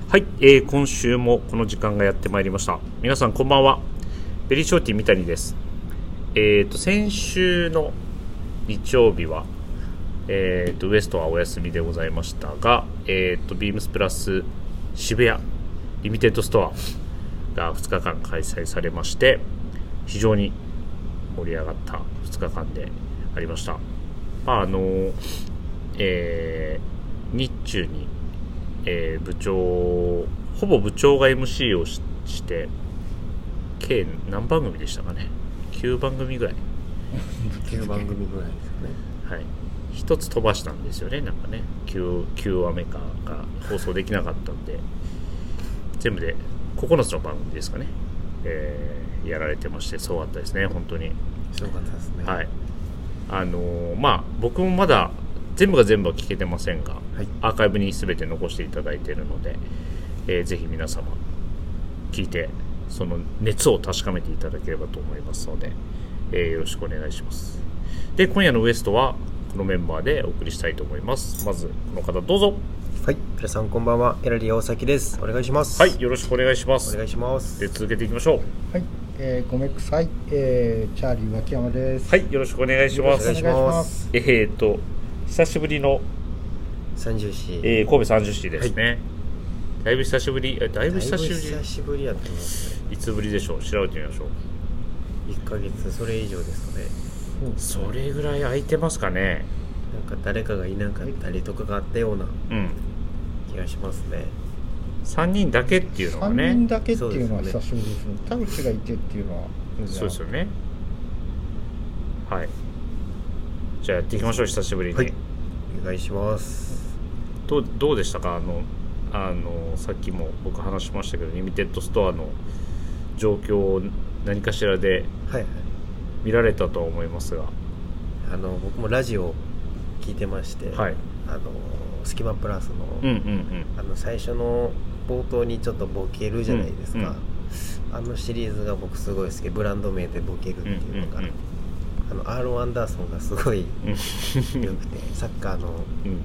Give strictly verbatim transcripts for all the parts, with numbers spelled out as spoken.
はい、えー、今週もこの時間がやってまいりました。皆さんこんばんは。ベリーショーティー三谷です。えーと先週の日曜日は、えーとウエストはお休みでございましたが、えーとビームスプラス渋谷リミテッドストアがふつかかん開催されまして、非常に盛り上がったふつかかんでありました。まああのえー、日中にえー、部長ほぼ部長が エムシー を し, して計何番組でしたかね。きゅうばんぐみぐらいきゅうばんぐみぐらいですかね。 はい、一つ飛ばしたんですよね。なんかね 9, 9話目かが放送できなかったんで、全部でここのつの番組ですかね、えー、やられてまして、すごかったですね。本当にすごかったですね。 はい。あのー、まあ僕もまだ全部が全部は聞けてませんが、はい、アーカイブに全て残していただいているので、えー、ぜひ皆様聞いてその熱を確かめていただければと思いますので、えー、よろしくお願いします。で、今夜のウエストはこのメンバーでお送りしたいと思います。まずこの方どうぞ。 はい、皆さんこんばんは。エラリー大崎です。お願いします。 はい、よろしくお願いします。 お願いします。 で、続けていきましょう。 はい、えー、ごめんくさい、えー、チャーリー脇山です。 はい、よろしくお願いします。 お願いします。 えーと久しぶりの三十市、 えー、神戸三十市ですね、はい、だいぶ久しぶり、だいぶ久しぶり、 久しぶりやってますね。 いつぶりでしょう。調べてみましょう。 いっかげつそれ以上ですかね。 それぐらい空いてますかね。 なんか誰かがいなかったりとかがあったような気がしますね、 うん、さんにんだけっていうのはね、 さんにんだけっていうのは久しぶりですね。田口がいてっていうのはそうですよね。はい、じゃあやっていきましょう。久しぶりに、はい、 お願いします。 どう、どうでしたか。あのあのさっきも僕話しましたけど、リミテッドストアの状況を何かしらで見られたとは思いますが、 はいはい、あの僕もラジオ聞いてまして、はい、あのスキマプラスの、うんうんうん、あの最初の冒頭にちょっとボケるじゃないですか、うんうん、あのシリーズが僕すごい好き。ブランド名でボケるっていうのが、うんうんうん、あのアーロン・アンダーソンがすごい良くてサッカーの、うん、あの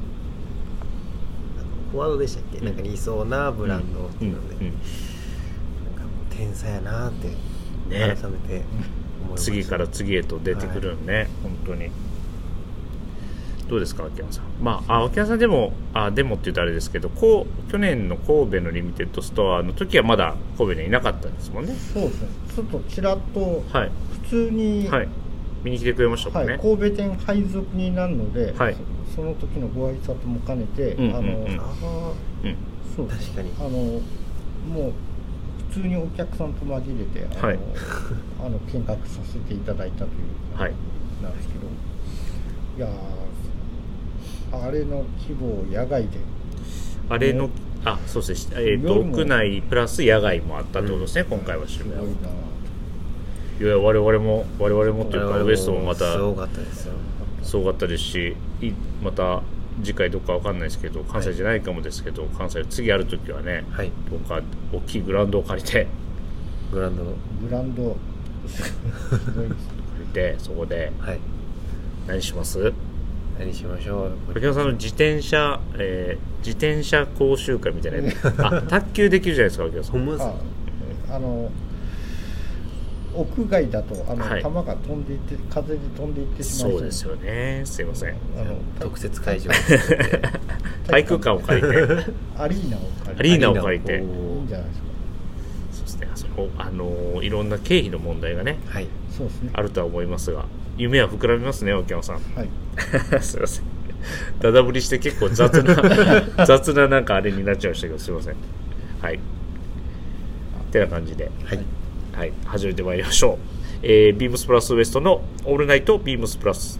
フォワードでしたっけ、うん、なんか理想なブランドっていうので、うんうん、なんか天才やなって改めて思いました、ね、 次から次へと出てくるんね、はい、本当に。どうですか、秋山さん。まあ、あ秋山さんでもあでもって言うとあれですけど、こう去年の神戸のリミテッドストアの時はまだ神戸にいなかったんですもんね。 そうですね。ちょっとちらっと普通に、 はいはい、見に来てくれましたもんね、 はい、神戸店配属になるので、はい、そ, その時のご挨拶も兼ねて、うんうんうん、あの、うん、そう確かにあのもう普通にお客さんと紛れてあの、はい、あの見学させていただいたという感じなんですけど、はい、いやあれの規模を野外で、 あれのあそうです、えー、と屋内プラス野外もあったってことですね、うん、今回は渋谷は。いや我々も我々もというかウエストもまたすごかったですよ。 すごかったですし、また次回どっかわかんないですけど、関西じゃないかもですけど、はい、関西次やるときはね、はい、どっか大きいグラウンドを借りてグラウンドグラウンド借りてそこで、はい、何します？ 何しましょう。 秋山さんの自転車、えー、自転車講習会みたいなやつあ卓球できるじゃないですか秋山さん。 ほんまですか。 あの屋外だとあの、はい、球が飛んでいって風で飛んでいってしまいそう。 そうですよね。すいません。 あの特設会場体育館を借りてアリーナを借りてアリーナを借りていいんじゃないですか。 そうですね。そのあのいろんな経費の問題がね、はい、 そうですね、 あるとは思いますが、夢は膨らみますね、秋山さん。 はいすいません。だだぶりして結構雑な雑ななんかあれになっちゃいましたけど、すいません。はい。ってな感じで。はい。はい、始めてまいりましょう。えー、ビームスプラスウエストのオールナイトビームスプラス。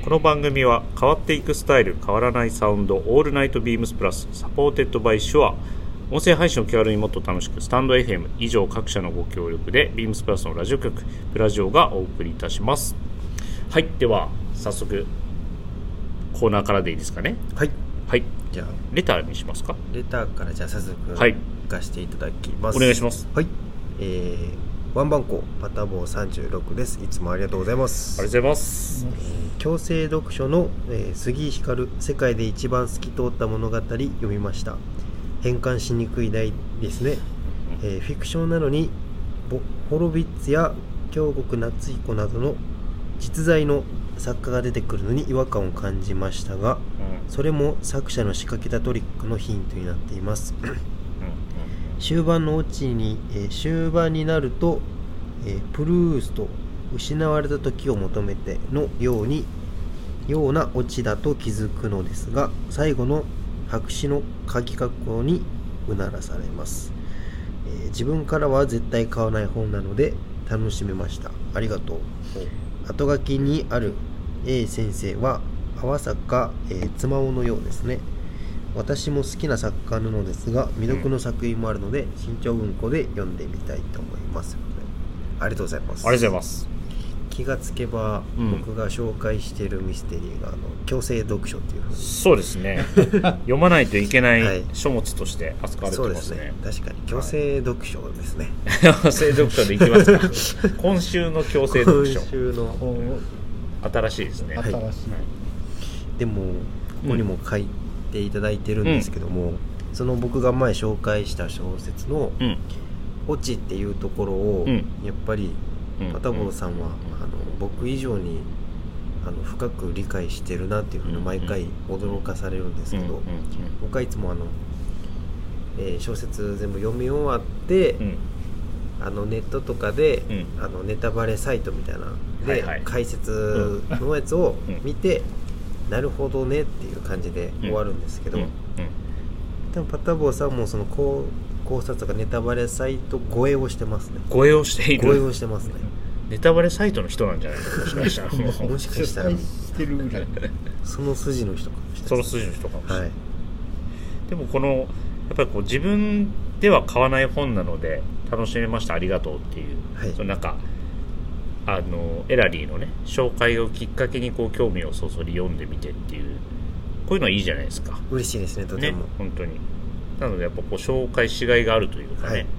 この番組は変わっていくスタイル、変わらないサウンド、オールナイトビームスプラス、サポーテッドバイシュア、音声配信を気軽にもっと楽しく、スタンド エフエム 以上各社のご協力でビームスプラスのラジオ局プラジオがお送りいたします。はい、では早速コーナーからでいいですかね。 はいはい、 じゃあレターにしますか。 レターからじゃあ早速行かせていただきます。 お願いします。 はい、えー、ワンバンコパタボーさんじゅうろくです。いつもありがとうございます。 ありがとうございます。 えー、強制読書の、えー、杉井光世界で一番透き通った物語読みました。変換しにくい題ですね。えー、フィクションなのにホロビッツや京極夏彦などの実在の作家が出てくるのに違和感を感じましたが、うん、それも作者の仕掛けたトリックのヒントになっています。うんうん、終盤のオチに、えー、終盤になると、えー、プルースト失われた時を求めてのようにようなオチだと気づくのですが、最後の白紙の鍵括弧にうならされます。えー、自分からは絶対買わない本なので楽しめました。ありがとう。後書きにある A 先生は泡坂、えー、妻緒のようですね。私も好きな作家なのですが未読の作品もあるので、うん、新潮文庫で読んでみたいと思います。ありがとうございます。 ありがとうございます。 気がつけば、うん、僕が紹介しているミステリーがあの強制読書っていうふうに、 そうですね読まないといけない書物として扱われてますね。 はい、そうですね、確かに強制読書ですね。 強制読書でいきますか。今週の強制読書、 今週の新しいですね。 はい、新しい、でもここにも書いていただいてるんですけども、うん、その僕が前紹介した小説のオチっていうところを、うん、やっぱりパタボーさんは、うん、あの僕以上にあの深く理解してるなっていうふうに毎回驚かされるんですけど、僕はいつもあの、えー、小説全部読み終わって、うん、あのネットとかで、うん、あのネタバレサイトみたいなで、はいはい、解説のやつを見て、うん、なるほどねっていう感じで終わるんですけど、うんうん、でもパタボーさんもそのこう考察とかネタバレサイト超えをしてますね。 超えをしている。 超えをしてますね。 ネタバレサイトの人なんじゃないか、もしかしたら。 もしかしたらその筋の人かもしれない。 その筋の人かもしれない。はい、でもこのやっぱりこう自分では買わない本なので楽しめました、ありがとうっていう、はい、そのなんかあのエラリーのね紹介をきっかけにこう興味をそそり読んでみてっていう、こういうのはいいじゃないですか。 嬉しいですね、とても。 ね、本当に。なのでやっぱこう紹介しがいがあるというかね。はい、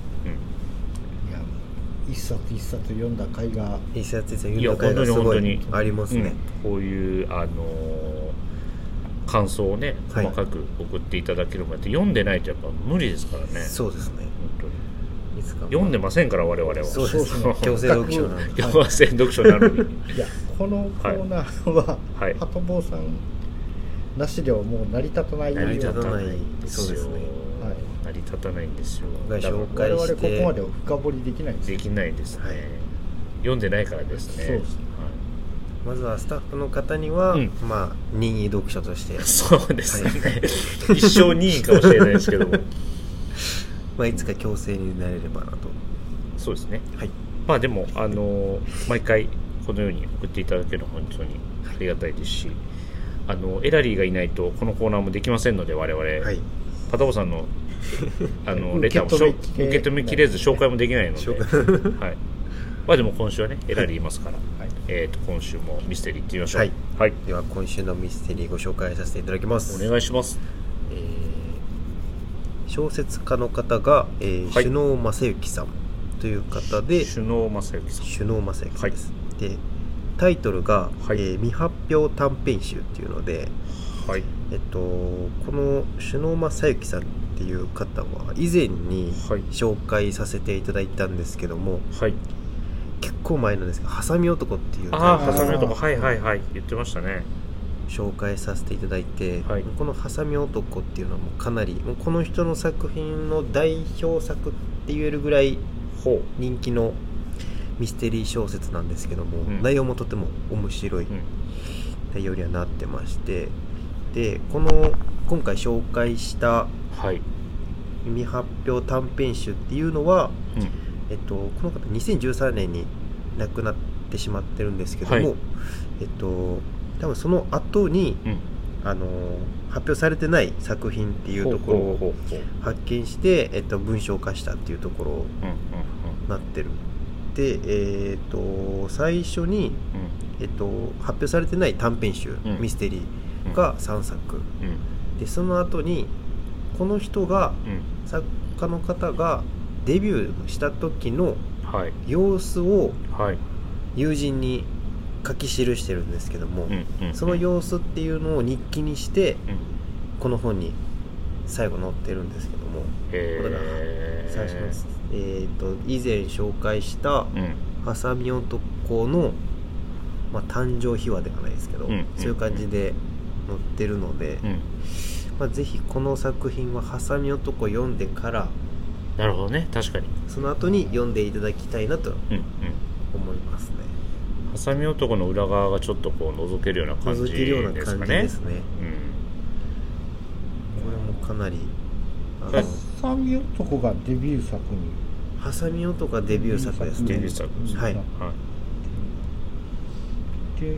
一冊一冊読んだ甲斐が一冊一冊読んだ甲斐がすごいありますね。 うん、こういうあのー、感想をね細かく送っていただけるまで、はい、読んでないとやっぱ無理ですからね。 そうですね、 本当にいつか、まあ、読んでませんから我々は。 そうですね、強制読書なのに強制読書なのにいやこのコーナーは、はい、ハトボーさんなしではもう成り立たない成り立たない。 そうですね、成り立たないんですよ。 我々 ここまで深掘りできないです。 できないですね、はい、読んでないからですね。 そうですね、 はい、まずはスタッフの方には、うん、まあ任意読書としてそうですね、はい、一生任意かもしれないですけどもまあいつか強制になれればなと。 そうですね、 はい、 まあでもあの毎回このように送っていただけるのは本当にありがたいですし、あのエラリーがいないとこのコーナーもできませんので我々、はい、パタボさんのあのレターも受け止めきれず紹介もできないので、はい、まあでも今週はねエラリーいますから、はい、えー、と今週もミステリーいってみましょう。 はい、はい、では今週のミステリーご紹介させていただきます。 お願いします。 えー、小説家の方が、えーはい、首脳正幸さんという方で、 首脳正幸さん首脳正幸さんです、はい、でタイトルが、はい、えー、未発表短編集っていうので、はい、えっと、この首脳正幸さんっていう方は以前に紹介させていただいたんですけども、はい、結構前なんですけど、ハサミ男っていう、 ああハサミ男、はいはいはい、言ってましたね。 紹介させていただいて、はい、このハサミ男っていうのはもうかなりもうこの人の作品の代表作って言えるぐらい人気のミステリー小説なんですけども、うん、内容もとても面白い内容にはなってまして、でこの今回紹介した未発表短編集っていうのは、うん、えっと、この方にせんじゅうさんねんに亡くなってしまってるんですけども、はい、えっと、 多分その後に、うん、あの発表されてない作品っていうところを発見して、えっと、文章化したっていうところになってる。で、えー、と最初に、うんえっと、発表されてない短編集、うん、ミステリーがさんさく、うん、でその後にこの人が、うん、作家の方がデビューした時の様子を友人に書き記してるんですけども、うんうん、その様子っていうのを日記にして、うん、この本に最後載ってるんですけども、 へ最初です、えー、と以前紹介したハサミ男の、まあ、誕生秘話ではないですけど、うん、そういう感じで載ってるので、うんまあ、ぜひこの作品はハサミ男読んでから、 なるほどね、確かにその後に読んでいただきたいなと思いますね。 ハサミ男の裏側がちょっとこう覗けるような感じですかね。覗けるような感じですね、 うん、これもかなりハサミ男がデビュー作にハサミ男がデビュー作ですね。 デビュー作ですね、はい、はい、 で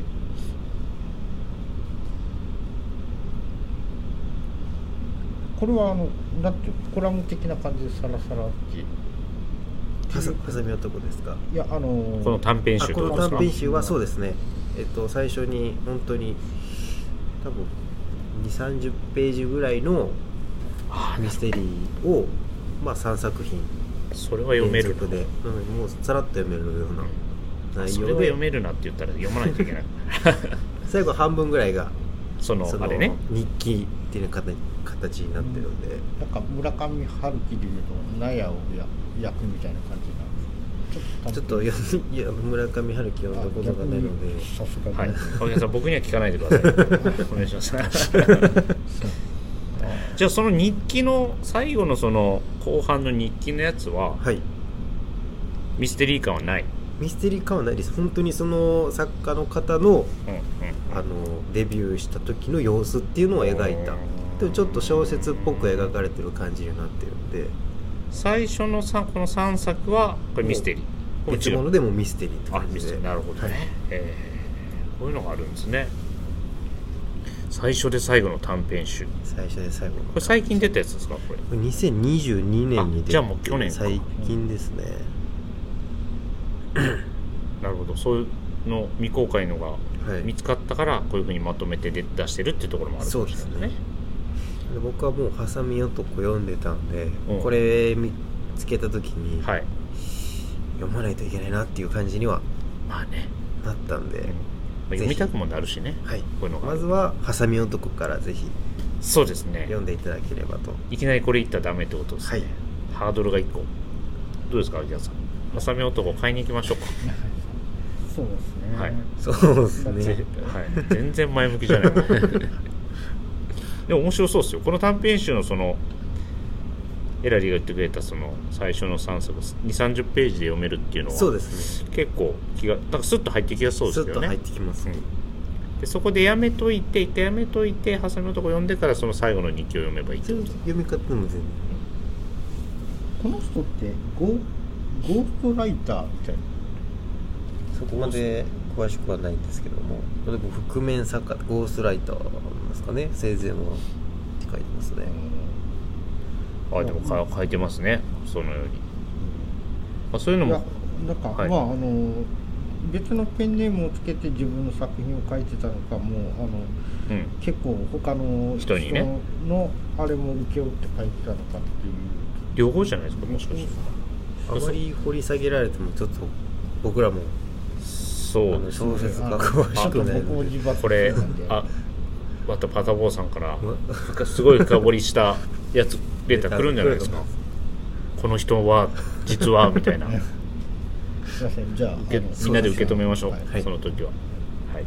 これはあのなんていうコラム的な感じでサラサラってハサミ男ですか。 いやあのー、 この短編集とかこの短編集はそうですね、えっと最初に本当に多分にじゅう、さんじゅっページぐらいのミステリーをまあさんさく品それは読めるで、うん、もうさらっと読めるような内容で、 それは読めるなって言ったら読まないといけない最後半分ぐらいがそのあれね日記っていう形になってるんで、うん、 なんか村上春樹でいうと納屋を焼くみたいな感じなんです。 ちょっといや村上春樹読んだことがないので、 さすがに、 はい、青木さん僕には聞かないでくださいお願いしますじゃあその日記の最後のその後半の日記のやつは、はい、ミステリー感はない。 ミステリー感はないです。本当にその作家の方の、うんうん、あのデビューした時の様子っていうのを描いた、でもちょっと小説っぽく描かれてる感じになってるんで、 最初のさこのさんさくはこれミステリー、 別物でもミステリーって感じで、 あ、なるほどね、はい、えー、こういうのがあるんですね。最初で最後の短編集、 最初で最後の、 これ最近出たやつですか。これこれにせんにじゅうにねんに出て、 じゃあもう去年か、 最近ですねなるほど、そういうの未公開のが見つかったからこういうふうにまとめて出してるっていうところもあるかもしれないですね。 で僕はもうハサミ男読んでたんで、うん、これ見つけた時に、はい、読まないといけないなっていう感じにはまあねなったんで、うん、まあ、読みたくもなるしね、はい、こういうのがまずはハサミ男からぜひそうですね読んでいただければと。 いきなりこれ言ったらダメってことですね、はい、ハードルがいっこ。どうですか秋田さん、ハサミ男買いに行きましょうかそうですね、 はい、そうですね、 はい、全然前向きじゃないでも面白そうですよ。この短編集のそのエラリーが言ってくれたその最初のさんさくにじゅう、さんじゅっページで読めるっていうのは、 そうですね、 結構気がなんかスッと入ってきやすそうですよね。 スッと入ってきます、ね、 うん、でそこでやめといて一回やめといてハサミのとこ読んでからその最後の日記を読めばいいってこと。 読み方も全然、 この人ってゴー、ゴーストライターみたいな、 そこまで詳しくはないんですけども、例えば覆面作家、ゴーストライターなんですかね、生前はって書いてますね。 あ、でもか書いてますね、そのように。あ、そういうのもなんか、はい、まああの別のペンネームをつけて自分の作品を書いてたのか、もうあの、うん、結構他の人にねのあれも請け負って書いてたのかっていう。 両方じゃないですか、もしかして。 あまり掘り下げられてもちょっと僕らもそうですね、 小説が詳しくないので、 これあまたパタボーさんからすごい深掘りしたやつデータ来るんじゃないですかこの人は実はみたいなすいません、じゃあみんなで受け止めましょう、はい、その時は、はい、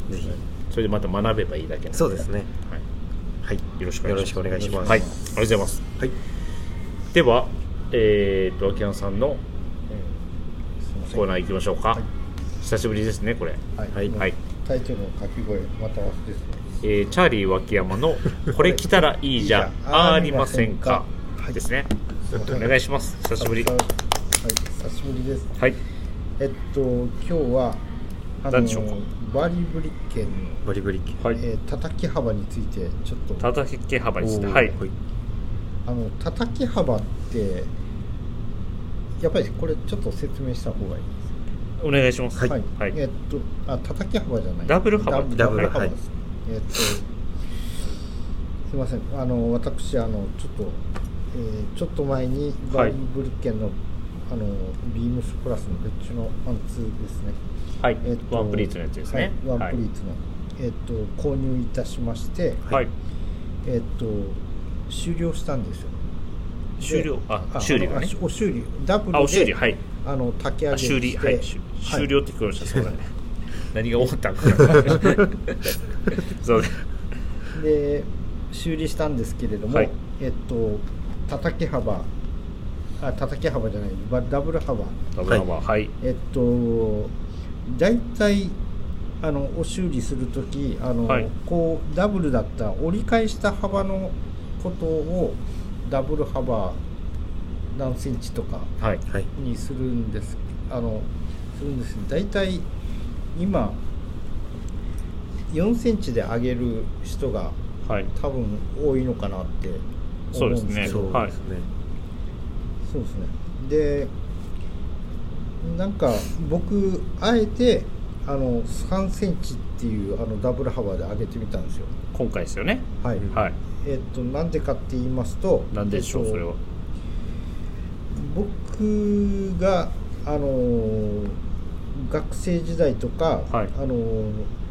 ぜひそれでまた学べばいいだけなので、 そうですね、 はい、はい、よろしくお願いします。 よろしくお願いします。 はい、ありがとうございます。はい、ではえー、と秋山さんの、えー、コーナー行きましょうか、はい、久しぶりですねこれ、 はいはい、タイトルの掛け声また忘れてます、 えー、チャーリー脇山のこれ来たらいいじゃありませんかですね、はい、お願いします。久しぶり、はい、 久しぶりです。 はい、 えっと今日はあの何でしょうか。 バリブリッケンのバリブリッケン、 はいえー、叩き幅についてちょっと叩き幅についてはい、 あの叩き幅ってやっぱりこれちょっと説明した方がいいですお願いします。 はい、はい、えー、っとあ叩き幅じゃないダブル幅ダブルダブル幅です、はい、えー、っとすいませんあの私あのちょっと、えー、ちょっと前にバリブリッケンの、はい、あのビームスプラスの別注のパンツですねはい、えー、ワンプリーツのやつですね、 はい、ワンプリーツの、はい、えー、っと購入いたしまして、 はい、 えー、っと終了したんですよ。 終了ああ修理がねお修理ダブルであお修理はいあの炊き上げ修理はい終了って聞こえました、そうだね何が思ったんかそうで修理したんですけれども、はい、えっと叩き幅あ叩き幅じゃないダブル幅ダブル幅はい、 えっとだいたいあのお修理するときあの、はい、こうダブルだった折り返した幅のことをダブル幅何センチとかにするんです、はい、あのするんですだいたい今よんセンチで上げる人が、はい、多分多いのかなって思うんですけどそうですね、はい、 そうですねでなんか僕あえてあのさんセンチっていうあのダブル幅で上げてみたんですよ今回ですよねはい、はいえっとなんでかって言いますとなんでしょう、えっと、それは僕があのー、学生時代とか、はい、あのー、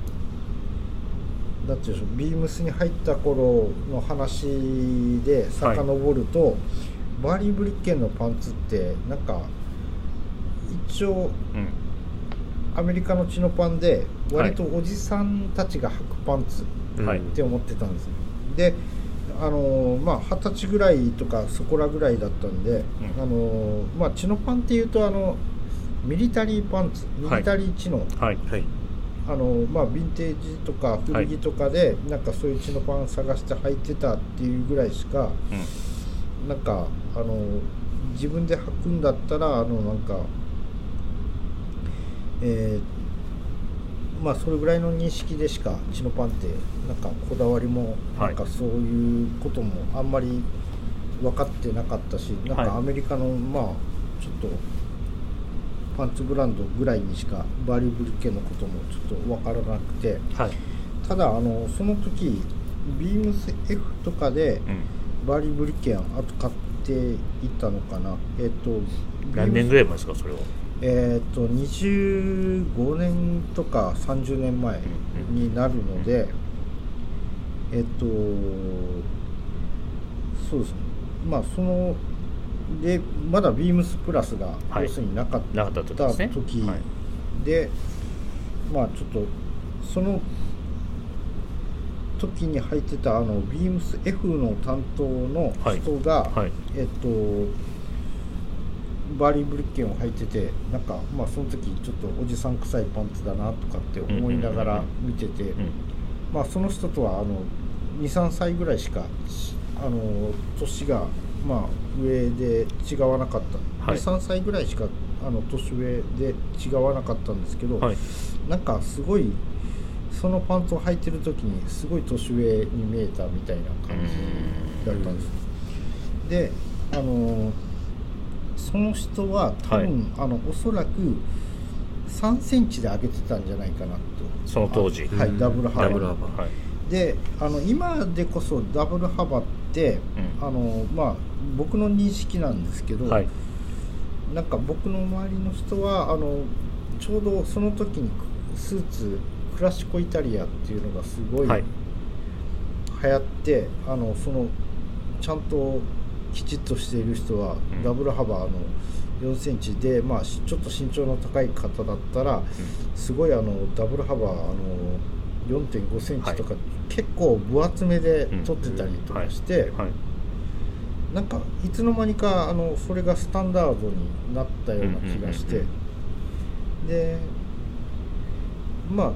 なんていうんでしょうビームスに入った頃の話で遡ると、はい、バーリー・ブリッケンのパンツってなんか一応、うん、アメリカのチノパンで割とおじさんたちが履くパンツって思ってたんです、はい、であのまあ二十歳ぐらいとかそこらぐらいだったんで、うん、あのまあチノパンっていうとあのミリタリーパンツミリタリーチノ、はいはい、あのまあヴィンテージとか古着とかで、はい、なんかそういうチノパン探して履いてたっていうぐらいしか、うん、なんかあの自分で履くんだったらあのなんかえーまあそれぐらいの認識でしかチノパンってなんかこだわりもなんかそういうこともあんまり分かってなかったし、なんかアメリカのまあちょっとパンツブランドぐらいにしかバーリー・ブリッケンのこともちょっと分からなくて、はい、ただあのその時ビームス F とかでバーリー・ブリッケンあと買っていったのかな、えっと何年ぐらい前ですかそれは。 えー、とにじゅうごねんとかさんじゅうねんまえになるので、えっとそうですねまあそのでまだビームスプラスが要するになかった時でまあちょっとその時に入ってたあのビームス F の担当の人が、はいはい、えっとバーリー・ブリッケンを履いててなんかまあその時ちょっとおじさん臭いパンツだなとかって思いながら見てて、まあその人とはあの にさんさいぐらいしかあの年がまあ上で違わなかった、はい、にさんさいぐらいしかあの年上で違わなかったんですけど、はい、なんかすごいそのパンツを履いてる時にすごい年上に見えたみたいな感じだったんです。であのその人は多分、はい、あのおそらくさんセンチで上げてたんじゃないかなとその当時はいダブル幅、はい、であの今でこそダブル幅って、うん、あのまあ僕の認識なんですけど、はい、なんか僕の周りの人はあのちょうどその時にスーツクラシコイタリアっていうのがすごい流行って、はい、あのそのちゃんときちっとしている人はダブル幅のよんセンチで、まあ、ちょっと身長の高い方だったらすごいあのダブル幅あの よんてんごセンチとか、はい、結構分厚めで取ってたりとかして、うんはいはい、なんかいつの間にかあのそれがスタンダードになったような気がして、でまあ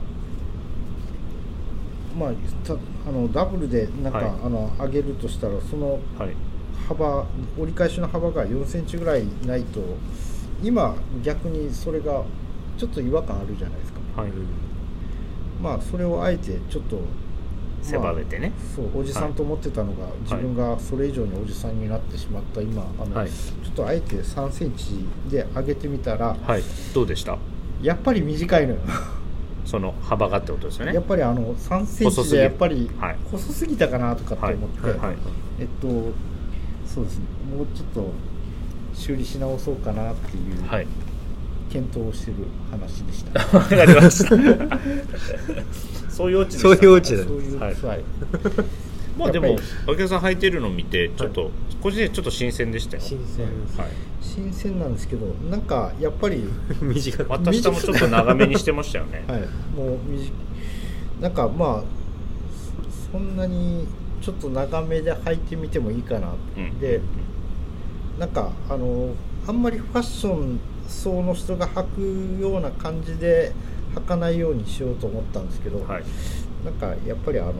まあ、あのダブルでなんか、はい、あの上げるとしたらその幅、折り返しの幅がよんセンチぐらいないと今逆にそれがちょっと違和感あるじゃないですか、はい、 まあそれをあえてちょっと狭めてね、 まあ、そうおじさんと思ってたのが、はい、自分がそれ以上におじさんになってしまった今あの、はい、ちょっとあえてさんセンチで上げてみたら、 はい、どうでした？やっぱり短いのよその幅がってことですよね。 やっぱりあのさんセンチでやっぱり細すぎたかなとかって思って、はいはいはい、えっとそうですね、もうちょっと修理し直そうかなっていう、はい、検討をしてる話でした。 わかりましたそういうオチでした、ね、 そういうオチだね。 はいはい、 まあでもお客さん履いてるのを見てちょっと、はい、個人でちょっと新鮮でしたよ。 新鮮、 はい、新鮮なんですけど、なんかやっぱり短く股下もちょっと長めにしてましたよね。 はい、もうなんかまあそんなにちょっと長めで履いてみてもいいかな、うん、でなんかあのあんまりファッション層の人が履くような感じで履かないようにしようと思ったんですけど、はい、なんかやっぱりあの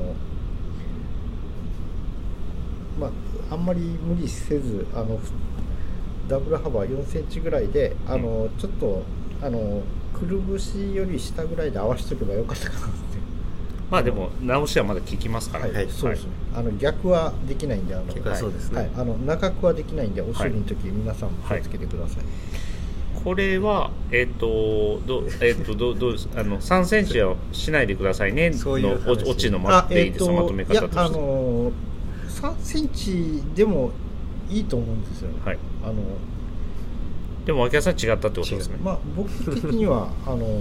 まああんまり無理せずあのダブル幅よんセンチぐらいであの、うん、ちょっとあのくるぶしより下ぐらいで合わせておけばよかったかなって。 まあでも直しはまだ効きますから、 はいはい、そうですね、はい、あの逆はできないんで、あの、 はい、そうですね、 はい、あの長くはできないんで、お修理の時、はい、皆さんも気をつけてください。はい、 これはえっ、ー、とどえっ、ー、とどどうですあのさんセンチはしないでくださいねのオチのまっていいですか、まとめ方として。いや、あのさんセンチでもいいと思うんですよね。はい、あのでも脇屋さん違ったってことですね。 まあ僕的にはあの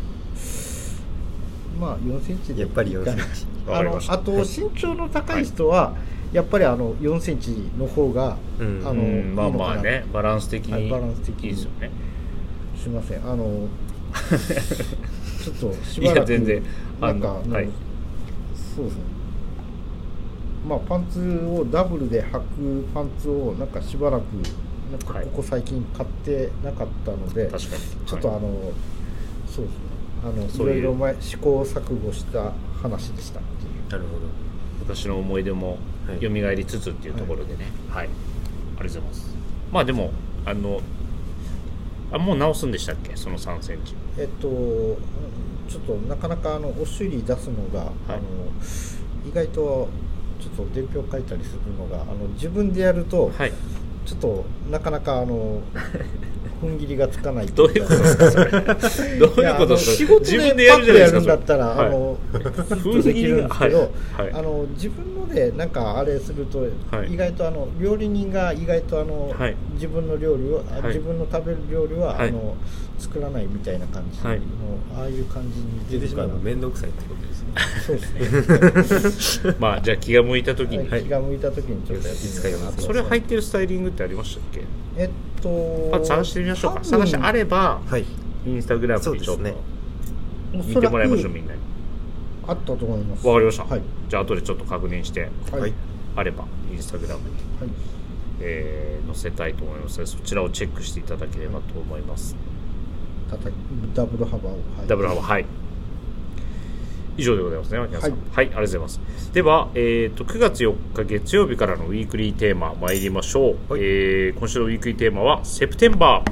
まあよんセンチでやっぱりよんセンチあのあと身長の高い人は、はい、やっぱりあのよんセンチの方が、 うん、あの、うん、まあまあねバランス的に、はい、 バランス的にいいですよね。すみません、あのちょっとしばらくいや全然なんか、はい、そうですね、まあパンツをダブルで履くパンツをなんかしばらくなんかここ最近買ってなかったので、はい、 確かにちょっとあの、はい、そうですね、あのいろいろ前試行錯誤した話でしたっていう。 なるほど。昔の思い出も蘇りつつっていうところでね、はい、はい、ありがとうございます。まあでもあのあもう直すんでしたっけ、そのさんセンチ。 えっとちょっとなかなかあのお修理出すのが、はい、あの意外とちょっと伝票書いたりするのがあの自分でやると、はい、ちょっとなかなかあの踏ん切りがつかないどういうことですかそれどういうことですか。 仕事でパッとやるんだったら、はい、あの踏んできるんですけど、はいはい、あの自分のでなんかあれすると、はい、意外とあの料理人が意外とあの、はい、自分の料理を、はい、自分の食べる料理は、はい、あの作らないみたいな感じの、はい、ああいう感じに出てしまうの面倒くさいってことですね。 そうですねまあじゃあ気が向いた時に、 はい、気が向いた時にちょっとやってみようかなと。 それ入ってるスタイリングってありましたっけ。 えっとまず探してみましょうか。探してあれば、はい、インスタグラムにちょっと見てもらいましょう、みんなに。 あったと思います。 わかりました、はい、じゃあ後でちょっと確認して、はい、あればインスタグラムに、はい、えー、載せたいと思いますので、そちらをチェックしていただければと思います。 たたダブル幅を、はい、 ダブル幅、はい、以上でございますね、牧野さん。はい、はい、ありがとうございます。では、えー、とくがつよっか月曜日からのウィークリーテーマ参りましょう。はい、えー、今週のウィークリーテーマはセプテンバー。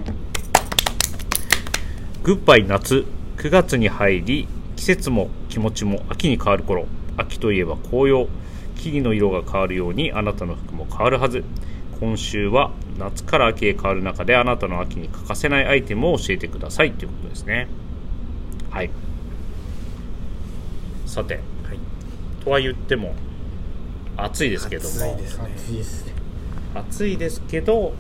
グッバイ夏。くがつに入り季節も気持ちも秋に変わる頃。秋といえば紅葉。木々の色が変わるようにあなたの服も変わるはず。今週は夏から秋へ変わる中であなたの秋に欠かせないアイテムを教えてくださいということですね。はい。さて、はい、とは言っても暑いですけども、 暑いですね。 暑いですね。 暑いですけど、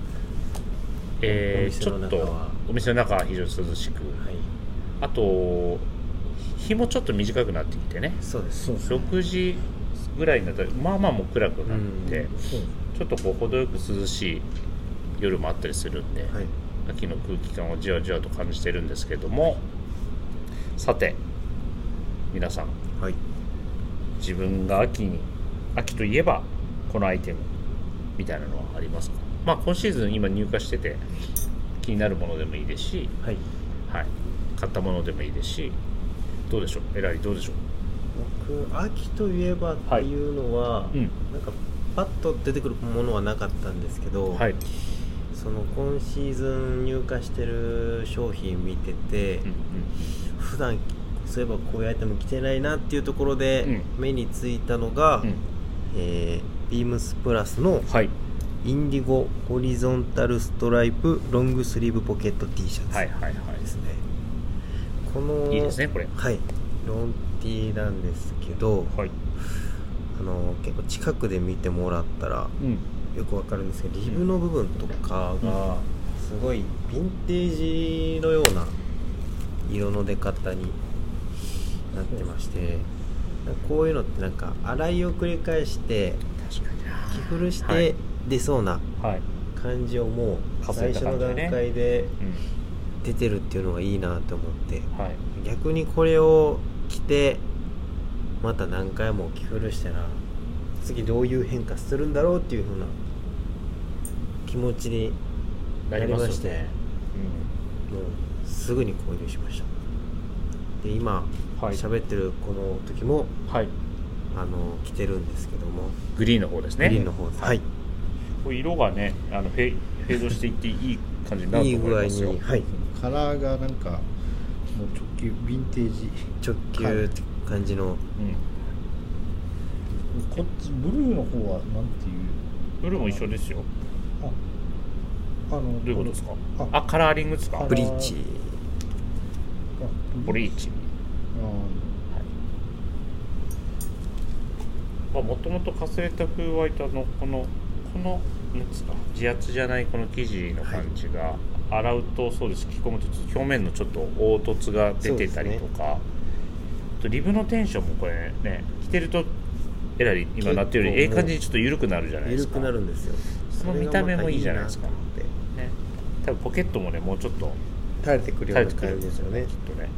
えー、ちょっとお店の中は非常に涼しく、はい、あと日もちょっと短くなってきてね。 そうです。そうですね、 ろくじぐらいになったらまあまあもう暗くなって、うん、ちょっとこう程よく涼しい夜もあったりするんで、はい、秋の空気感をじわじわと感じてるんですけども、さて皆さん、はい、自分が秋に秋といえばこのアイテムみたいなのはありますか。まあ今シーズン今入荷してて気になるものでもいいですし、はいはい、買ったものでもいいですし、どうでしょう、えらいどうでしょう。 僕秋といえばっていうのは、はい、うん、なんかパッと出てくるものはなかったんですけど、はい、その今シーズン入荷してる商品見てて、うんうん、普段そういえばこういうアイテム着てないなっていうところで目についたのが、うん、えー、ビームスプラスのインディゴホリゾンタルストライプロングスリーブポケット T シャツですね、はいはいはい、このいいですねこれ、 はい、ロン T なんですけど、はい、あの結構近くで見てもらったら、うん、よくわかるんですけどリブの部分とかがすごいヴィンテージのような色の出方になってまして、こういうのってなんか洗いを繰り返して着古して出そうな感じをもう最初の段階で出てるっていうのがいいなと思って、逆にこれを着てまた何回も着古したら次どういう変化するんだろうっていう風な気持ちになりまして、ね、うん、もうすぐに購入しました。で今喋、はい、ってるこの時も、はい、あの着てるんですけども、 グリーンの方ですね。 グリーンの方です、はい、 これ色がねあのフェ、フェードしていっていい感じになると思いますよ。いい具合に、はい、 カラーがなんかもう直球ヴィンテージ直球って感じの、うん、 こっちブルーの方はなんていう？ ブルーも一緒ですよ。 あ、あのどういうことですか？あ、あカラーリングですか？ ブリーチ。 ブリーチ。あ、もともとカスレタ風ワイトのこのこのなんですか自圧じゃないこの生地の感じが、はい、洗うとそうです着込むと表面のちょっと凹凸が出てたりとか、ね、とリブのテンションもこれね着てるとえらい今なってるよりええ感じにちょっと緩くなるじゃないですか。 緩くなるんですよ。 その見た目もいいじゃないですか。ね、多分ポケットもねもうちょっと垂れてくるような感じですよね。 きっとね。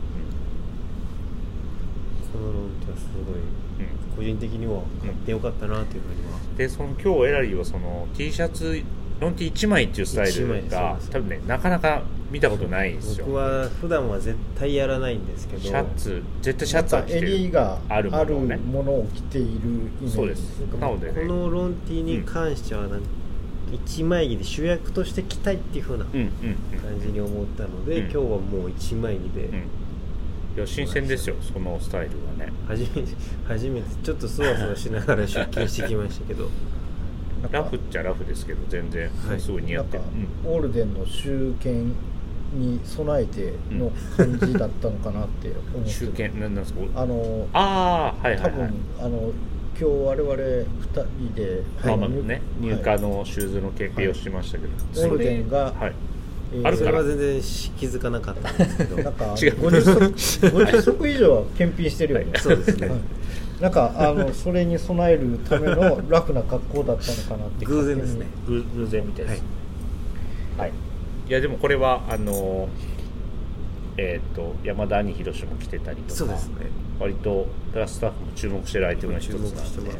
このロンテはすごい、うん、個人的には買ってよかったなというふうには、 うん、でその今日エラリーはその T シャツロンティいちまいっていうスタイルが多分ねなかなか見たことないんですよ。 僕は普段は絶対やらないんですけど、 シャツ絶対シャツは着てる、 襟があるもの、ね、ものを着ているイメージ。 そうです。なのでね、 このロンティに関してはなんかいちまい着で主役として着たいっていう風な感じに思ったので、うんうんうん、今日はもういちまい着で、うん、 いや新鮮ですよそのスタイルはね。 初めて初めてちょっとそわそわしながら出勤してきましたけどラフっちゃラフですけど全然、はい、すごい似合ってる。 うん、オールデンの集権に備えての感じだったのかなって思って集権なんですか？ あのあーはいはいはい、 多分あの今日我々ふたりで、 はいまあね、入荷のシューズの検定をしましたけど、 はい、オールデンが、はいえー、あるからそれは全然気づかなかったんですけどなんかごじゅっ足ごじゅっ足以上は検品してるよね、 はい、そうですね、はい、 なんかあのそれに備えるためのラフな格好だったのかなって偶然ですね。 偶然みたいです、はい、はい、いやでもこれはあのえっ、ー、と山田兄宏も着てたりとか、 そうですね、 割とプラススタッフも注目してるアイテムの一つなんで、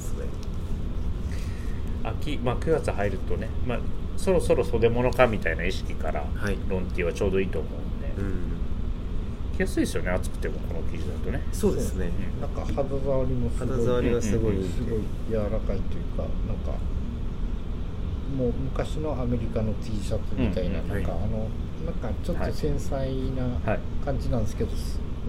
秋、まあ、くがつ入るとね、まあ、そろそろ袖物かみたいな意識から、はい、ロンティはちょうどいいと思うんで、うん、着やすいですよね暑くてもこの生地だとね。 そうですね、 うん、なんか肌触りもすごい肌触りがすごい、 うん、すごい柔らかいというかなんかもう昔のアメリカの T シャツみたいな、うん、なんか、はい、あのなんかちょっと繊細な感じなんですけど、はい、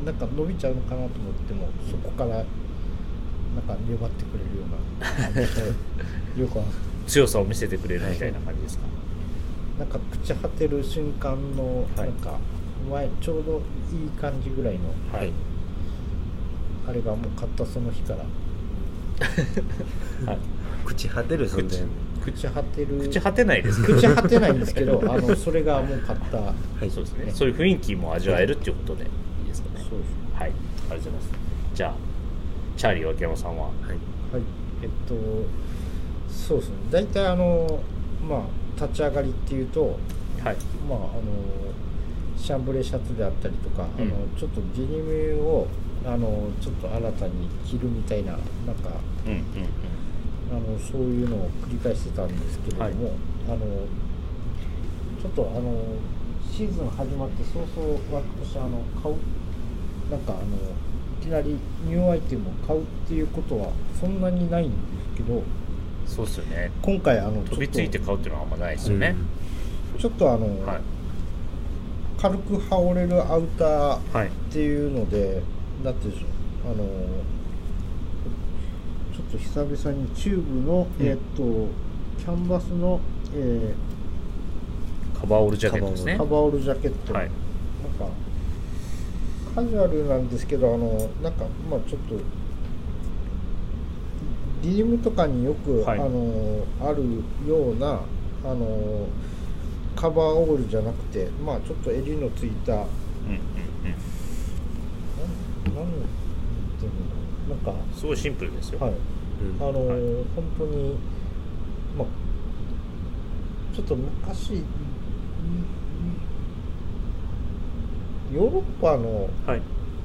なんか伸びちゃうのかなと思ってもそこからなんか粘ってくれるようなよく強さを見せてくれるみたいな感じですか？ なんか朽ち果てる瞬間のなんか前ちょうどいい感じぐらいの、はい、あれがもう買ったその日から、 はい、朽ち果てる存在朽ち果てる朽ち果てないです朽ち果てないんですけどあのそれがもう買った、はい、 そうですね、そういう雰囲気も味わえるっていうことでいいですかね。そうです、はい、ありがとうございます。じゃあチャーリー脇山さんは、はい、はい、 えっとそうですね、大体あのまあ立ち上がりっていうと、はい、まああのシャンブレーシャツであったりとか、うん、あのちょっとデニムをあのちょっと新たに着るみたいななんか、うんうんうん、あのそういうのを繰り返してたんですけれども、はい、あのちょっとあのシーズン始まって早々私あの買うなんかあのいきなりニューアイテムを買うっていうことはそんなにないんですけど、 そうですよね、 今回あの飛びついて買うっていうのはあんまないですよね、 うん、ちょっとあの、はい、軽く羽織れるアウターっていうので、はい、 なんていうんでしょう、あのちょっと久々にチューブの、うん、えー、っとキャンバスの、えー、カバーオールジャケットですね。 カバーオールジャケット、はい、なんかカジュアルなんですけど、あのなんかまあちょっとデニムとかによく、はい、あのあるようなあのカバーオールじゃなくて、まあちょっと襟のついた、うんうんうん、なんていうのなんかすごいシンプルですよ。 はい、うん、あの、はい、本当にまあちょっと昔ヨーロッパの、はい、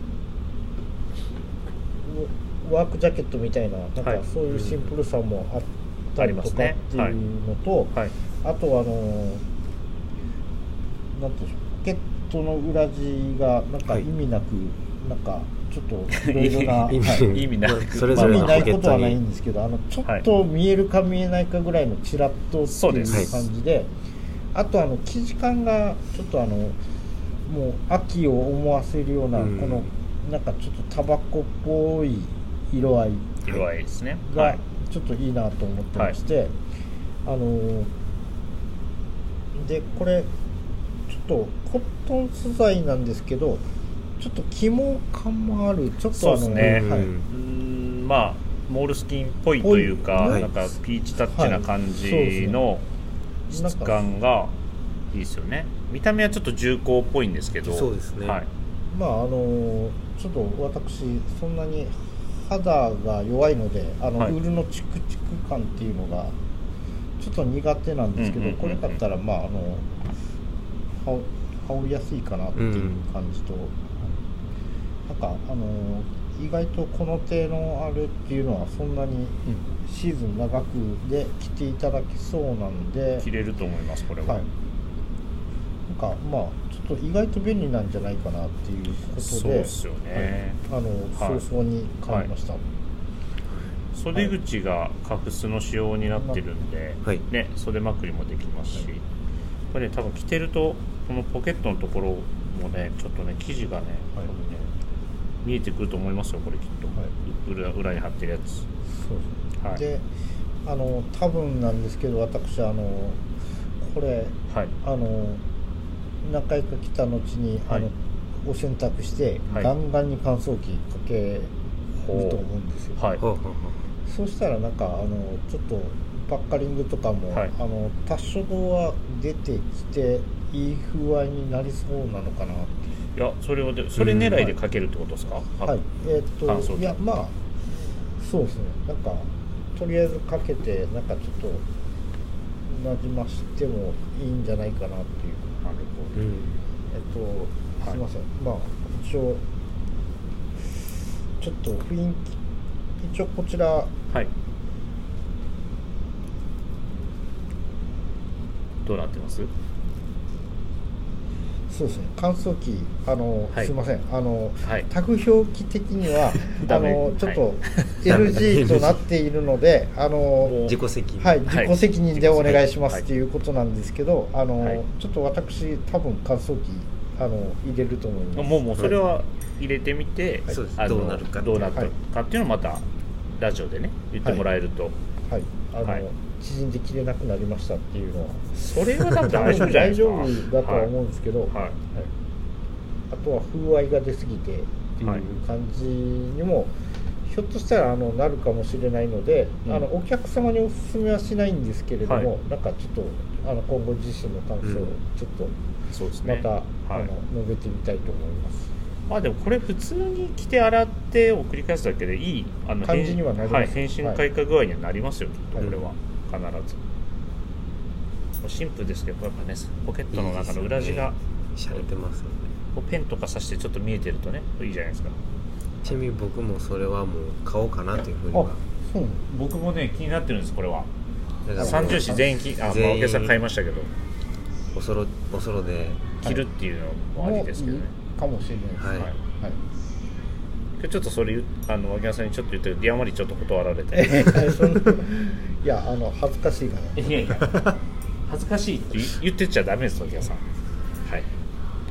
ワークジャケットみたいな、なんかそういうシンプルさもあったりとかっていうのと、はいはい、あとはあのなんていうんでしょう、ポケットの裏地がなんか意味なく、はい、なんかちょっといろいろな意味、意味なくそれぞれのポケットに、意味ないことはないんですけど、あのちょっと見えるか見えないかぐらいのチラッとっていう感じで、はい、あとあの生地感がちょっとあのもう秋を思わせるような、うん、このなんかちょっとタバコっぽい色合い色合いですねがちょっといいなと思ってまして、はい、あのでこれちょっとコットン素材なんですけど、ちょっと肝感もある、ちょっとあのそうですね、はい、うんまあモールスキンっぽいというか、はい、なんかピーチタッチな感じの質感がいいですよね。見た目はちょっと重厚っぽいんですけど、 そうですね、はい、 まああのちょっと私そんなに肌が弱いので、あの、はい、ウールのチクチク感っていうのがちょっと苦手なんですけど、うんうんうんうん、これだったらまああの羽織りやすいかなっていう感じと、うん、なんかあの意外とこの手のあれっていうのはそんなにシーズン長くで着ていただけそうなんで、 着れると思いますこれは、はい、 なんかまあちょっと意外と便利なんじゃないかなっていうことで、そうですよね、 はい、あの、はい、早々に買いました、はい、 袖口がカフスの仕様になってるんで、はい、ね、袖まくりもできますし、はい、これね多分着てるとこのポケットのところもねちょっとね生地がね、はい、多分ね見えてくると思いますよこれきっと、はい、裏, 裏に貼ってるやつ。 そうです、はい、であの多分なんですけど、私あのこれ、はい、あの何回か来た後に、はい、あのお洗濯して、はい、ガンガンに乾燥機かけると思うんですよ、はい、そうしたらなんかあのちょっとバッカリングとかも、はい、あの多少は出てきていい具合になりそうなのかなって。 いやそれをでそれ狙いでかけるってことですか、 うん、はい、えー、っといやまあそうですね、なんかとりあえずかけてなんかちょっとなじましてもいいんじゃないかなっていう。うん、えっとすみません、はい、まあ一応ちょっと雰囲気一応こちら、はい、 どうなってます？ そうですね、乾燥機あの、はい、すみませんあの、はい、タグ表記的にはあのちょっと エルジー となっているのであの自己責任、 はい、自己責任でお願いしますっていうことなんですけど、あの、はい、ちょっと私多分乾燥機あの入れると思います。 もうもうそれは入れてみて、はい、あのどうなるかどうなるかっていうのをまたラジオでね言ってもらえると、はい、はい、あの、はい、縮んで切れなくなりましたっていうのはそれは多分大丈夫じゃないですか。 大丈夫だとは思うんですけど、はいはいはい、あとは風合いが出過ぎてっていう感じにも、はい、ひょっとしたらあのなるかもしれないので、うん、あのお客様にお勧めはしないんですけれども、はい、なんかちょっとあの今後自身の感想をちょっと、うん、また、ね、あの、はい、述べてみたいと思います。 まあでもこれ普通に着て洗ってを繰り返すだけでいいあの感じにはなります、 はい、変身開花具合にはなりますよ、きっとこれは、必ず。シンプルですけどやっぱねポケットの中の裏地がしゃれてますよね。 ペンとかさしてちょっと見えてるとねいいじゃないですか。 ちなみに僕もそれはもう買おうかなというふうには。 そう、僕もね気になってるんですこれは。三重視全員きあ、まあ、お客さん買いましたけどおそろおそろで着るっていうのもありですけどね、 かもしれないです、はいはいはい、 今日ちょっとそれあのお客さんにちょっと言ってディアマリちょっと断られていやあの恥ずかしいからいやいや恥ずかしいって言ってちゃダメですお客さん。はい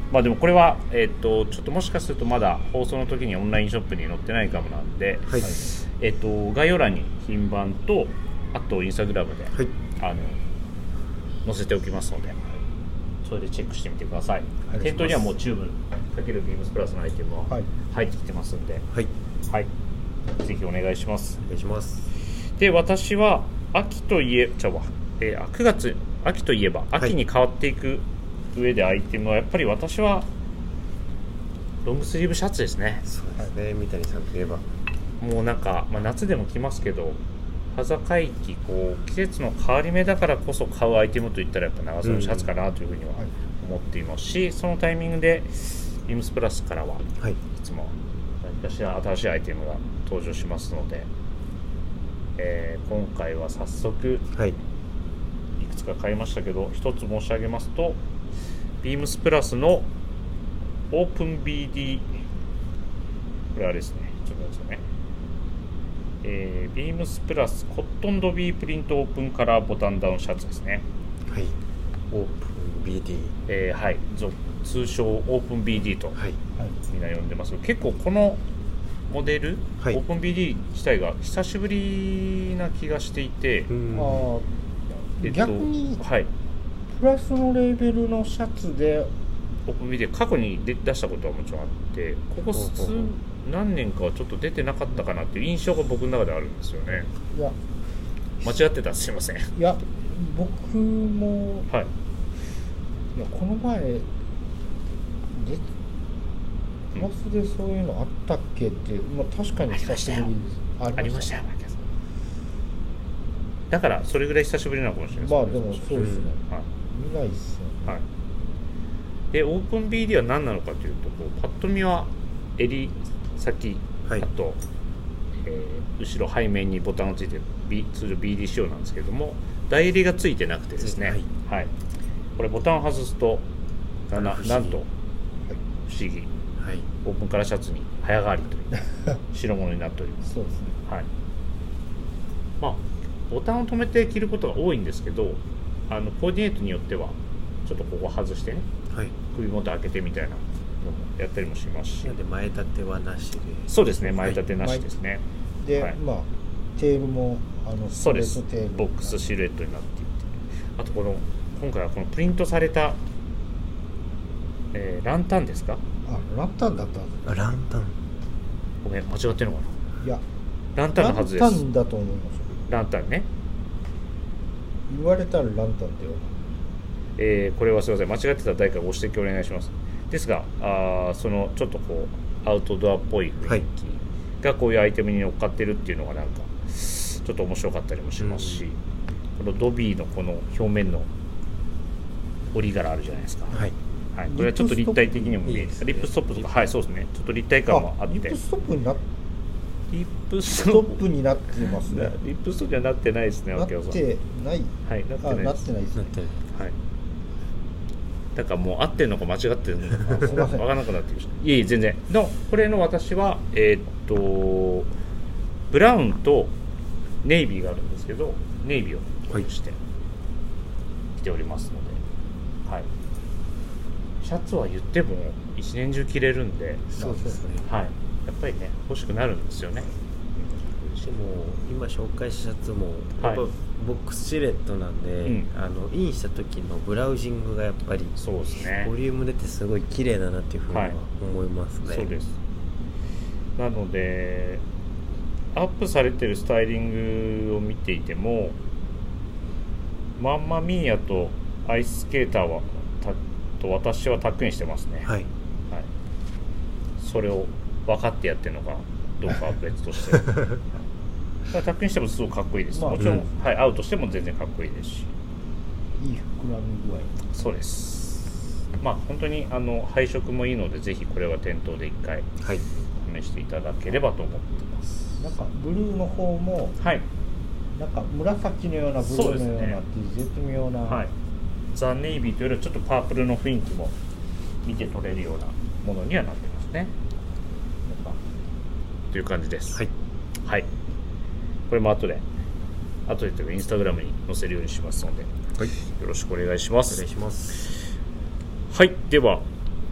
まあでもこれは、えー、とちょっともしかするとまだ放送の時にオンラインショップに載ってないかもなんで、はい、えー、と概要欄に品番とあとインスタグラムで、はい、あの載せておきますので、それでチェックしてみてください。店頭にはもうチューブ×ビームスプラスのアイテムは入ってきてますんで、はい、はい、ぜひお願いします。 お願いします。 で、私は秋といえちゃうわ、えー、くがつ秋といえば秋に変わっていく上でアイテムはやっぱり私はロングスリーブシャツですね。 そうですね、三谷さんといえばもうなんか、まあ、夏でも着ますけど、端境期こう季節の変わり目だからこそ買うアイテムといったらやっぱ長袖のシャツかなというふうには思っていますし、うん、そのタイミングでビームスプラスからは、はい、いつも何かしら新しいアイテムが登場しますので、えー、今回は早速、はい、いくつか買いましたけど、一つ申し上げますと、ビームスプラスのオープン ビーディー、 これはですね、ちょっと待ってくださいね、えー、ビームスプラスコットンドビープリントオープンカラーボタンダウンシャツですね。 はい、オープン ビーディー、 えー、はい、通称オープン ビーディー と、はい、みんな呼んでますけど、結構このモデル、はい、オープン ビーディー 自体が久しぶりな気がしていて、うん、 あ、えっと、逆に、はい、プラスのレーベルのシャツでオープン ビーディー 過去に出したことはもちろんあって、ここ数何年かはちょっと出てなかったかなっていう印象が僕の中であるんですよね。いや、間違ってたらすいません。いや、僕も、はい、いやこの前でプラスでそういうのあったっけって、まあ、確かに久しぶりです。 ありましたよ。だからそれぐらい久しぶりなのかもしれないです。 まあでもそうですね、うん、はい、見ないっすね、はい、 でオープン ビーディー は何なのかというと、こうパッと見は襟先、はい、あと、えー、後ろ背面にボタンがついて B 通常 ビーディー 仕様なんですけども、台襟がついてなくてですね、はいはい、これボタンを外すと な, な, なんと、はい、不思議、はい、オープンカラーシャツに早変わりという白物になっております。 そうですね、はい、 まあボタンを止めて着ることが多いんですけど、あのコーディネートによってはちょっとここ外してね、はい、首元開けてみたいなのもやったりもしますし、 で前立てはなしで、 そうですね、前立てなしですね、はい、 で、はい、まあテールもあのそうです、ボックスシルエットになっていて、あとこの今回はこのプリントされた、えー、ランタンですか、 あ、ランタンだったあ、ランタン、 ごめん間違ってるのかな、いやランタンのはずです。 ランタンだと思います。 ランタンね、 言われたらランタンってよ、 えー、これはすいません、間違ってたら誰かご指摘お願いします。ですが、あそのちょっとこうアウトドアっぽい雰囲気がこういうアイテムに乗っかってるっていうのがなんかちょっと面白かったりもしますし、うん、このドビーのこの表面の折り柄あるじゃないですか、はいはい、これはちょっと立体的にも見える、リップストップとか、はい、そうですね、ちょっと立体感もあって、 リップストップになってリップストップになってますね。 リップストップにはなってないですね。 なってない。 はい、なってないです。 なってないですね。 はい。だからもう合ってるのか間違ってるのか分からなくなってきました。いえいえ全然。のこれの私はえー、っとブラウンとネイビーがあるんですけど、ネイビーをこうして着ておりますので、はい。シャツは言っても一年中着れるんで、 そうですね。 はい。やっぱりね欲しくなるんですよね。 でも今紹介したシャツもやっぱボックスシルエットなんで、はい、あのインした時のブラウジングがやっぱりそうですね、 ボリューム出てすごい綺麗だなっていうふうには思いますね、はい、 そうです。なのでアップされてるスタイリングを見ていても、マンマミーヤとアイススケーターはたと私はタックインしてますね、はいはい、それを分かってやってるのかどうかは別としてタックインしてもすごくかっこいいです、まあ、もちろん、うん、はい、アウトしても全然かっこいいですし、 いい膨らみ具合、 そうです。まあ本当にあの配色もいいので、ぜひこれは店頭でいっかい試していただければと思ってます、 はい、なんかブルーの方も、はい、なんか紫のようなブルーのようなっていう絶妙な、はい、 ザ・ネイビーというよりはちょっとパープルの雰囲気も見て取れるようなものにはなってますね。という感じです。はい、はい、これも後で後でというかインスタグラムに載せるようにしますので、はい、よろしくお願いします。 お願いします。 はい、では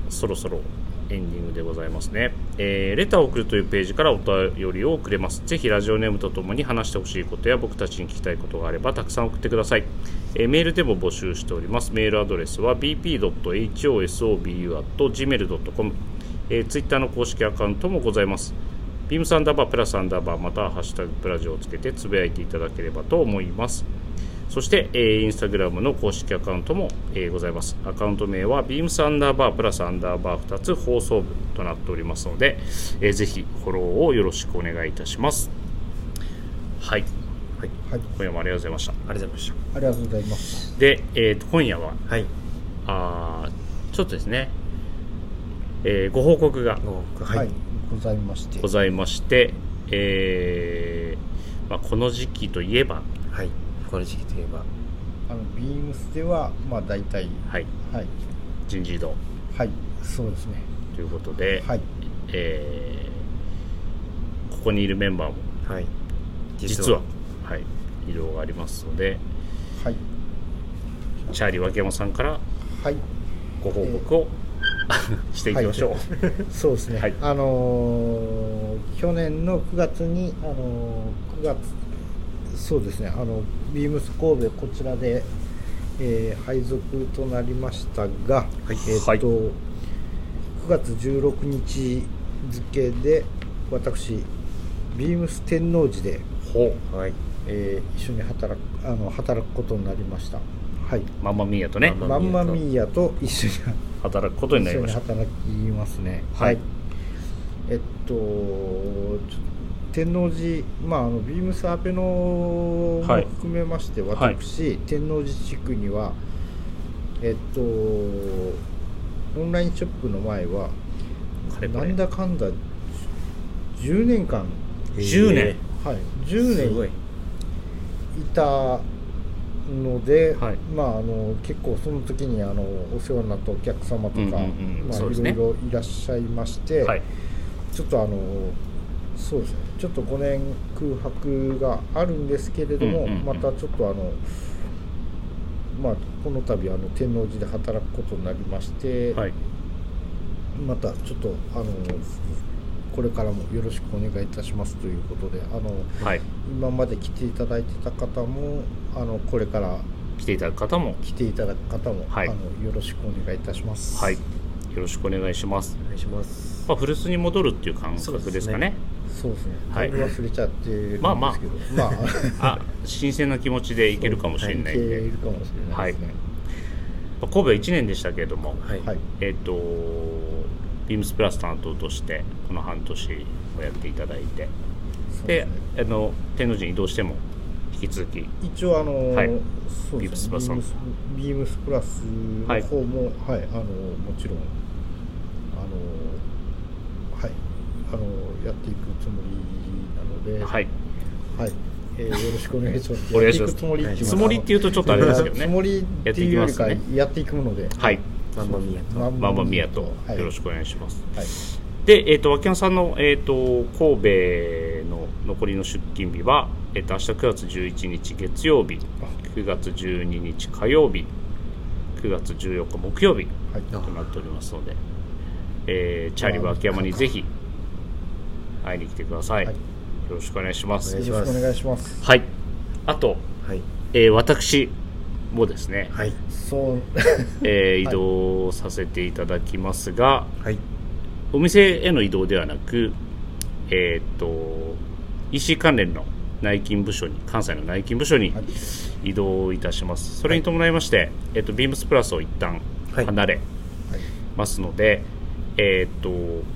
そろそろエンディングでございますね。えー、レターを送るというページからお便りを送れます。ぜひラジオネームとともに話してほしいことや僕たちに聞きたいことがあればたくさん送ってください。えー、メールでも募集しております。メールアドレスは ビーピードットエイチオーエスオービーユーアットジーメールドットコム、えー、ツイッターの公式アカウントもございます。ビームスアンダーバープラスアンダーバーまたはハッシュタグプラジオをつけてつぶやいていただければと思います。そして、えー、インスタグラムの公式アカウントも、えー、ございます。アカウント名は ビームス アンダーバープラスアンダーバーふたつ放送部となっておりますので、えー、ぜひフォローをよろしくお願いいたします。はい、はいはい、今夜もありがとうございました。 ありがとうございました。 ありがとうございます。 で、えー、と今夜は、 はい、 あちょっとですね、えー、ご報告がはい、ございましてございまして、えーまあ、この時期といえば、 はい、この時期といえばあのビームスではまあ大体、 はいはい、 人事異動、 はい、そうですね。 ということで、 はい、 えー、ここにいるメンバーも、 はい、 実は、実ははい、異動がありますので、 はい、 チャーリー脇山さんからご報告を、えー、していきましょう。はい、 そうですね。はい、あのー、去年のくがつに、あのー、くがつそうですね、あのビームス神戸こちらで、えー、配属となりましたが、はい、えー、っと、はい、くがつじゅうろくにち付で私ビームス天王寺で、はい、えー、一緒に働くあの働くことになりました。はい、 マンマミーヤとね、 マンマミーヤと一緒に働くことになりました。 一緒に働きますね。はい、はい、えっとちょ天王寺、まあ、あのビームスアペノも含めまして、はい、私、天王寺地区には、えっと、オンラインショップの前はなんだかんだじゅうねんかん、 じゅうねん、 はい、じゅうねんいたので、はい、まあ、あの結構その時にあのお世話になったお客様とか、うんうんうん、まあ、いろいろいらっしゃいまして、はい、ちょっとあのそうですね、ちょっとごねん空白があるんですけれども、うんうんうん、またちょっとあの、まあ、この度あの天王寺で働くことになりまして、はい、またちょっとあのこれからもよろしくお願いいたしますということで、あの、はい、今まで来ていただいてた方もあのこれから来ていただく方も来ていただく方も、はい、あのよろしくお願いいたします。 はい、よろしくお願いします。 お願いします。 まあ、古巣に戻るっていう感覚ですかね。 そうですね。だいぶ忘れちゃってるんですけど、 まあまあ、まあ、あ新鮮な気持ちでいけるかもしれないんで、 いけるかもしれないですね。 はい、神戸いちねんでしたけれども、 はい、 えっとビームスプラス担当としてこの半年をやっていただいて、で、ね、あの天王寺に移動しても引き続き一応あの、はい、そうビームスプラスビームスプラスの方も、はい、はい、あのもちろんあのはいあのやっていくつもりなので、 はい、 はい、えー、よろしくお願いします。 お願いします。つもりつもりっていうとちょっとあれですけどね。 つもりっていうよりかやっていくもので、 はい。 マンマミヤとマンマミヤとよろしくお願いします。 はい、 で、えっ、ー、と脇山さんのえっ、ー、と神戸の残りの出勤日はえっ、ー、と明日くがつじゅういちにち月曜日、くがつじゅうににち火曜日、くがつじゅうよっか木曜日となっておりますので、えー、チャーリー脇山にぜひ会いに来てください。はい、よろしくお願いします。 よろしくお願いします。 はい。あと、はい、えー、私もですね、 はい、そうえー、移動させていただきますが、 はい、 お店への移動ではなく、えー、っと イーシー 関連の内勤部署に関西の内勤部署に移動いたします。それに伴いまして、はい、えー、っとビームスプラスを一旦離れますので、はい、えー、っと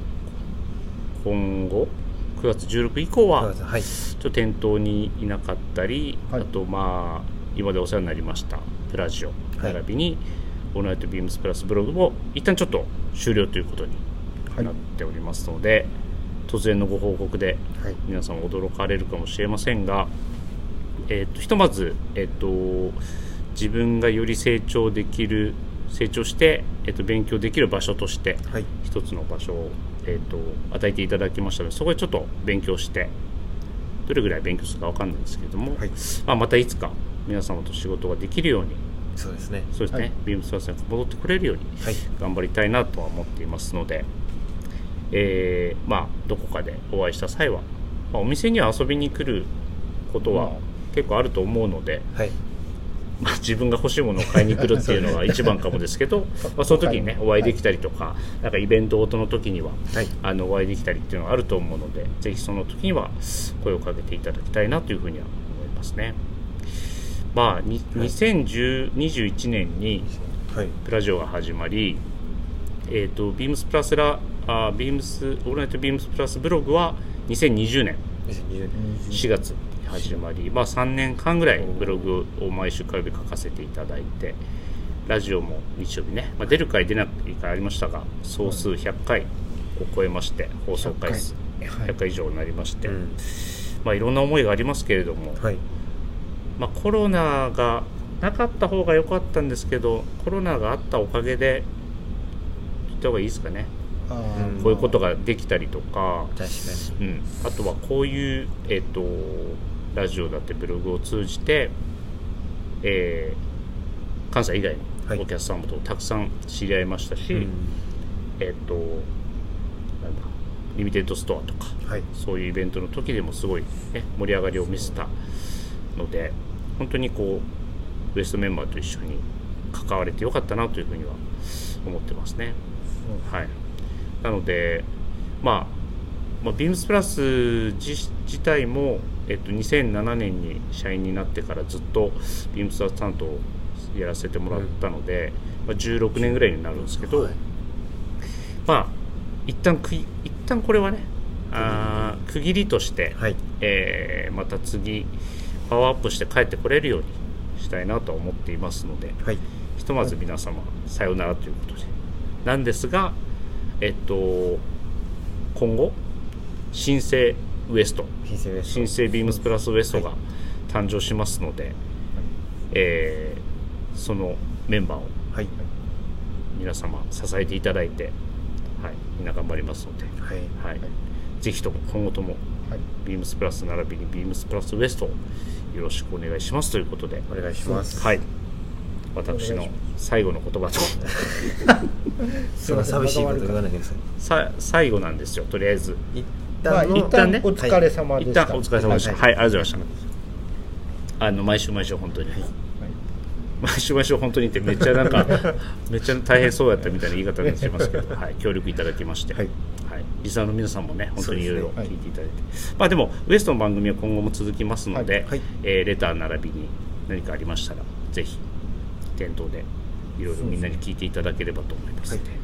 今後くがつじゅうろく以降はちょっと店頭にいなかったり、はい、あとまあ今までお世話になりましたプラジオ並びにオールナイトビームスプラスブログも一旦ちょっと終了ということになっておりますので、はい、突然のご報告で皆さん驚かれるかもしれませんが、えー、とひとまず、えー、と自分がより成長できる成長して、えー、と勉強できる場所として一つの場所を、えー、と与えていただきましたので、そこでちょっと勉強してどれぐらい勉強するか分かんないんですけれども、はい、まあ、またいつか皆様と仕事ができるようにそうですねそうですね、はい、ビームスプラスに戻ってくれるように頑張りたいなとは思っていますので、はい、えー、まあどこかでお会いした際は、まあ、お店には遊びに来ることは結構あると思うので、はい、まあ、自分が欲しいものを買いに来るっていうのが一番かもですけどまあその時にねお会いできたりとか、はい、なんかイベントごとの時には、はい、あのお会いできたりっていうのがあると思うので、ぜひその時には声をかけていただきたいなというふうには思いますね。まあ、にせんにじゅういちねんにプラジオが始まり、えー、とビームスプラスラあビームスオールナイトビームスプラスブログはにせんにじゅうねんしがつ始まり、まあ、さんねんかんぐらいブログを毎週火曜日書かせていただいて、ラジオも日曜日ね、まあ、出る回出ない回ありましたが総数ひゃっかいを超えまして、放送回数ひゃっかい以上になりまして、はい、まあ、いろんな思いがありますけれども、はい、まあ、コロナがなかった方が良かったんですけど、コロナがあったおかげで言った方がいいですかね、こういうことができたりとか、 確かに、うん、あとはこういう、えーとラジオだってブログを通じて、えー、関西以外のお客様とたくさん知り合いましたし、はい、えっとなんだリミテッドストアとか、はい、そういうイベントの時でもすごい、ね、盛り上がりを見せたので、本当にこうウエストメンバーと一緒に関われてよかったなというふうには思ってますね、うん、はい。なので、まあまあ、ビームスプラス 自, 自体も、えっと、にせんななねんに社員になってからずっとビームスプラス担当をやらせてもらったので、うん、まあ、じゅうろくねんぐらいになるんですけど、はい、まあ一旦く一旦これはね、あ区切りとして、はい、えー、また次パワーアップして帰ってこれるようにしたいなと思っていますので、はい、ひとまず皆様、はい、さようならということでなんですが、えっと今後新生ウエスト新生ビームスプラスウエストが誕生しますので、はい、えー、そのメンバーを皆様支えていただいて、はい、みんな頑張りますので、はいはい、ぜひとも今後ともビームスプラス並びにビームスプラスウエストをよろしくお願いしますということで、 お願いします。 はい、私の最後の言葉とそんな寂しいこと言わないでください。さ最後なんですよ。とりあえずまあ、一旦ね、お疲れ様でした。 一旦お疲れ様でした。はい、はい、ありがとうございました。あの毎週毎週本当に、はい、毎週毎週本当にってめっちゃなんかめっちゃ大変そうやったみたいな言い方になってますけど、はい、協力いただきまして、はいはい、リスナーの皆さんもね本当にいろいろ聞いていただいて、ね、はい、まあでもウエストの番組は今後も続きますので、はい、えー、レター並びに何かありましたらぜひ店頭でいろいろみんなに聞いていただければと思いますので、はい、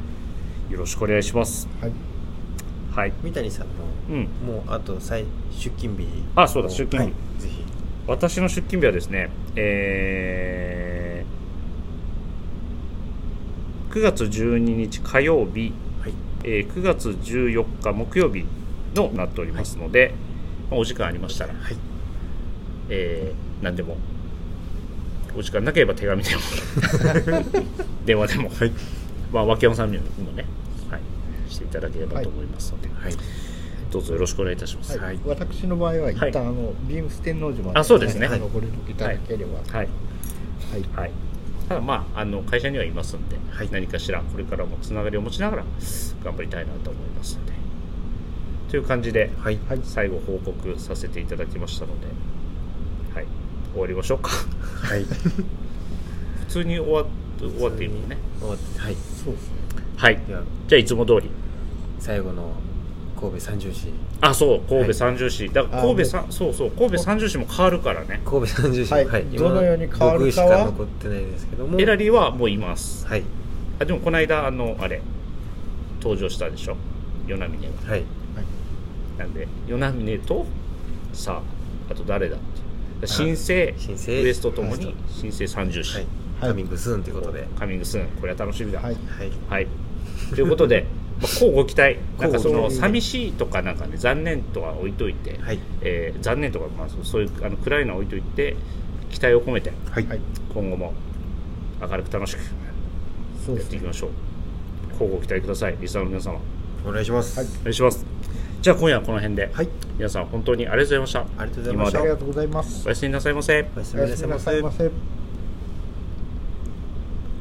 よろしくお願いします。はいはい、 三谷さんの、うん、もうあと再出勤日、 あ、そうだ、出勤日、はい、 ぜひ。 私の出勤日はですね、えー、くがつじゅうににち火曜日、はい、えー、くがつじゅうよっか木曜日のなっておりますので、はい、まあ、お時間ありましたら、はい、えー、何でもお時間なければ手紙でも電話でも、はい、まあ、脇山さんにもね、はい、していただければと思いますので、はい、どうぞよろしくお願いいたします。 はい、私の場合は一旦、はい、あのビームス天王寺まで、 あ、そうですね、 ご連絡いただければ、はいはいはい、ただまああの会社にはいますので、はい、何かしらこれからもつながりを持ちながら頑張りたいなと思いますので、という感じで、はい、最後報告させていただきましたので、はい、終わりましょうか。はい、普通に終わって終わっていいもんね。 終わって、はい、そうですね。 はい、じゃあいつも通り最後の神戸三重市、 あ、そう神戸三重市、はい、だから神戸さそうそう神戸三重市も変わるからね。 神戸三重市、 はい、はい、どのように変わるかは僕しか残ってないですけども、 エラリーはもういます。はい。あ、でもこの間あのあれ登場したでしょ、与那嶺が。はい。なんで与那嶺とさああと誰だって、新生ウエストともに新生三重市、はい、 カミングスーンということで、 カミングスーン、これは楽しみだ。はいはいはい。ということで、まあ、こうご期待。なんかその寂しいとかなんかね、残念とか置いといて、はい、えー、残念とか、まあ、そういうあの暗いのは置いといて、期待を込めて、はい、今後も明るく楽しくやっていきましょう。こうご期待ください、リスナーの皆様。 お願いします。 はい、お願いします。じゃあ今夜はこの辺で、はい、皆さん本当にありがとうございました。 ありがとうございました。ありがとうございます。 おやすみなさいませ。 おやすみなさいませ。